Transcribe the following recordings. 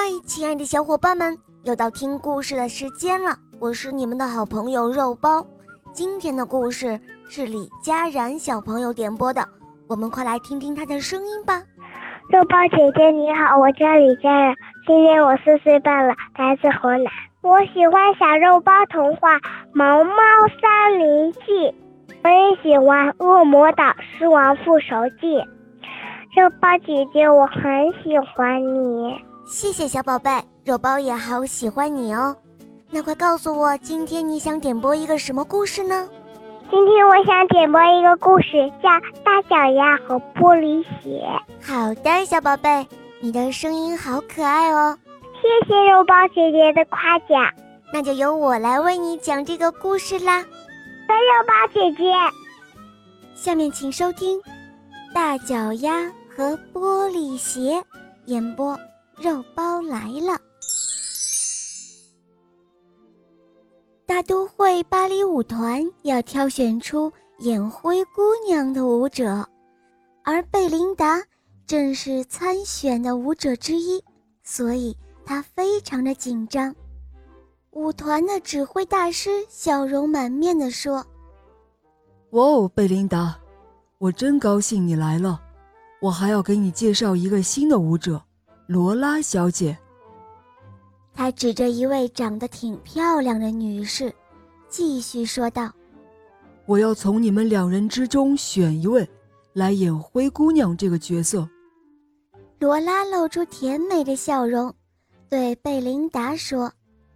亲爱的小伙伴们，又到听故事的时间了，我是你们的好朋友肉包。今天的故事是李佳然小朋友点播的，我们快来听听他的声音吧。 肉包姐姐你好，我叫李佳然，今年我4岁半了，来自河南。我喜欢小肉包童话《毛毛森林记》，我也喜欢《恶魔岛狮王复仇记》。肉包姐姐，我很喜欢你。 谢谢小宝贝，肉包也好喜欢你哦。那快告诉我，今天你想点播一个什么故事呢？ 今天我想点播一个故事，叫《大脚丫和玻璃鞋》。 好的，小宝贝，你的声音好可爱哦。 谢谢肉包姐姐的夸奖。 那就由我来为你讲这个故事啦。 肉包姐姐， 下面请收听《大脚丫和玻璃鞋》，演播肉包来了。大都会芭蕾舞团要挑选出演灰姑娘的舞者，而贝琳达正是参选的舞者之一，所以她非常的紧张。舞团的指挥大师笑容满面地说： 哇哦，贝琳达，我真高兴你来了，我还要给你介绍一个新的舞者，罗拉小姐。 他指着一位长得挺漂亮的女士，继续说道： 我要从你们2人之中选一位来演灰姑娘这个角色。 罗拉露出甜美的笑容，对贝琳达说：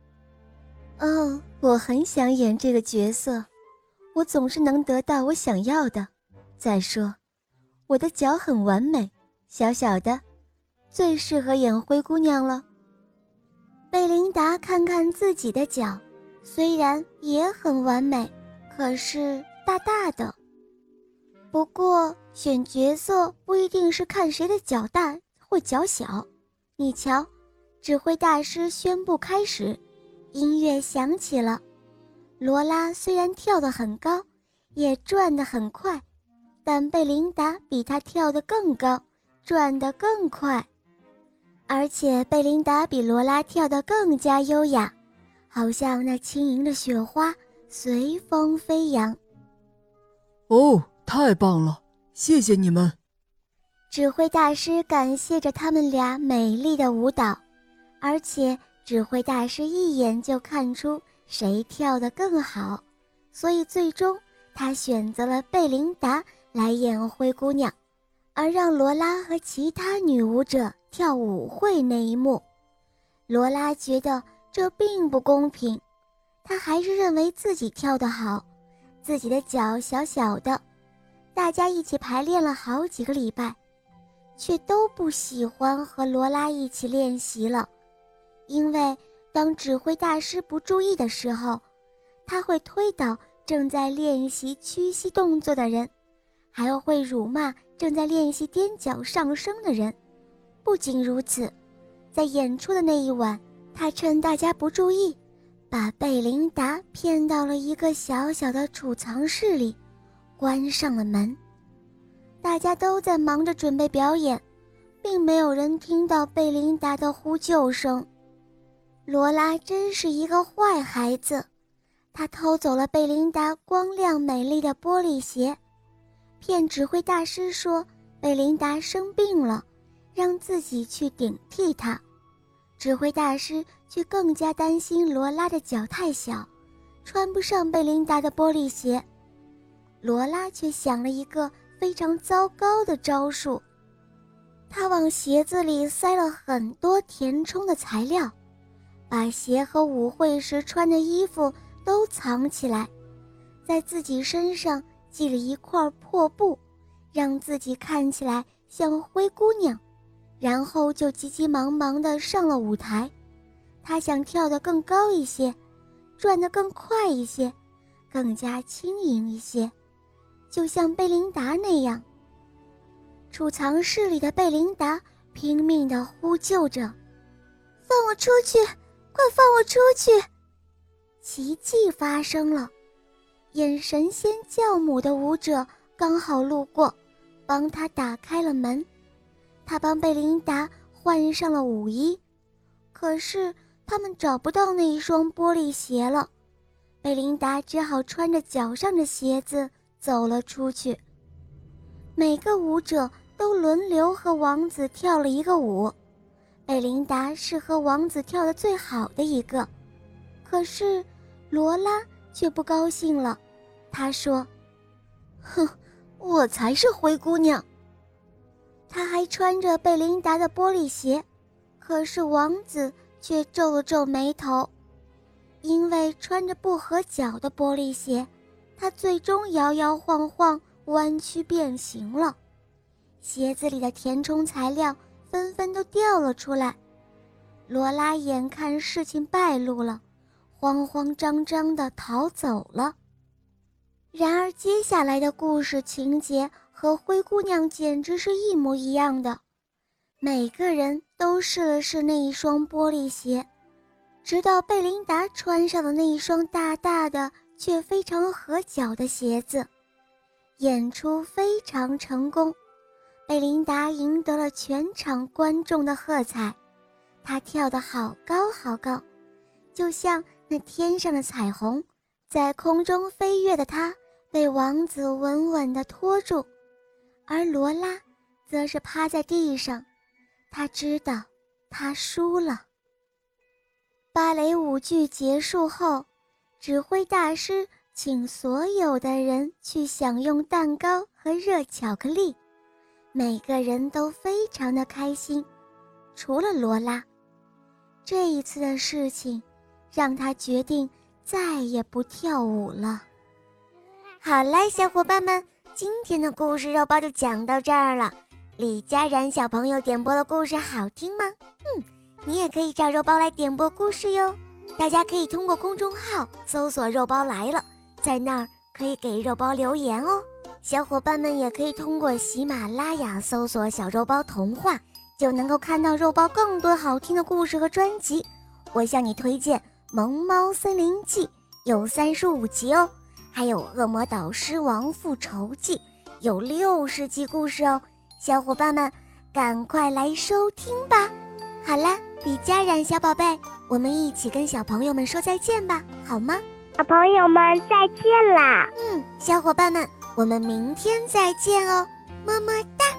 我很想演这个角色，我总是能得到我想要的。再说，我的脚很完美，小小的，最适合演灰姑娘了。贝琳达看看自己的脚，虽然也很完美，可是大大的。不过选角色不一定是看谁的脚大或脚小。你瞧，指挥大师宣布开始，音乐响起了。罗拉虽然跳得很高，也转得很快，但贝琳达比她跳得更高，转得更快。而且贝琳达比罗拉跳得更加优雅，好像那轻盈的雪花随风飞扬。 哦，太棒了，谢谢你们。 指挥大师感谢着他们俩美丽的舞蹈，而且指挥大师一眼就看出谁跳得更好，所以最终他选择了贝琳达来演灰姑娘，而让罗拉和其他女舞者跳舞会那一幕。罗拉觉得这并不公平，她还是认为自己跳得好，自己的脚小小的，大家一起排练了好几个礼拜，却都不喜欢和罗拉一起练习了。因为当指挥大师不注意的时候，他会推倒正在练习屈膝动作的人，还会辱骂正在练习踮脚上升的人。不仅如此，在演出的那一晚，他趁大家不注意，把贝琳达骗到了一个小小的储藏室里，关上了门。大家都在忙着准备表演，并没有人听到贝琳达的呼救声。罗拉真是一个坏孩子，她偷走了贝琳达光亮美丽的玻璃鞋，骗指挥大师说贝琳达生病了，让自己去顶替她。指挥大师却更加担心罗拉的脚太小，穿不上贝琳达的玻璃鞋。罗拉却想了一个非常糟糕的招数，她往鞋子里塞了很多填充的材料，把鞋和舞会时穿的衣服都藏起来，在自己身上系了一块破布，让自己看起来像灰姑娘，然后就急急忙忙地上了舞台。他想跳得更高一些，转得更快一些，更加轻盈一些，就像贝琳达那样。储藏室里的贝琳达拼命地呼救着：放我出去，快放我出去！奇迹发生了，演神仙教母的舞者刚好路过，帮他打开了门。他帮贝琳达换上了舞衣， 可是他们找不到那一双玻璃鞋了。贝琳达只好穿着脚上的鞋子走了出去。每个舞者都轮流和王子跳了一个舞，贝琳达是和王子跳得最好的一个。可是罗拉却不高兴了，她说：哼，我才是灰姑娘。她还穿着贝琳达的玻璃鞋，可是王子却皱了皱眉头，因为穿着不合脚的玻璃鞋，他最终摇摇晃晃，弯曲变形了。鞋子里的填充材料纷纷都掉了出来。罗拉眼看事情败露了，慌慌张张地逃走了。然而接下来的故事情节和灰姑娘简直是一模一样的。每个人都试了试那一双玻璃鞋，直到贝琳达穿上了那一双大大的却非常合脚的鞋子。演出非常成功，贝琳达赢得了全场观众的喝彩。她跳得好高好高，就像那天上的彩虹。在空中飞跃的她被王子稳稳地拖住，而罗拉则是趴在地上。她知道她输了。芭蕾舞剧结束后，指挥大师请所有的人去享用蛋糕和热巧克力，每个人都非常的开心，除了罗拉。这一次的事情让他决定再也不跳舞了。好了，小伙伴们，今天的故事肉包就讲到这儿了。李佳然小朋友点播的故事好听吗？你也可以找肉包来点播故事哟。大家可以通过公众号搜索肉包来了，在那儿可以给肉包留言哦。小伙伴们也可以通过喜马拉雅搜索小肉包童话，就能够看到肉包更多好听的故事和专辑。我向你推荐《萌猫森林记》，有35集哦，还有《恶魔岛狮王复仇记》，有60集故事哦。小伙伴们赶快来收听吧。好啦，李佳然小宝贝，我们一起跟小朋友们说再见吧，好吗？ 小朋友们再见啦！ 小伙伴们，我们明天再见哦，么么哒。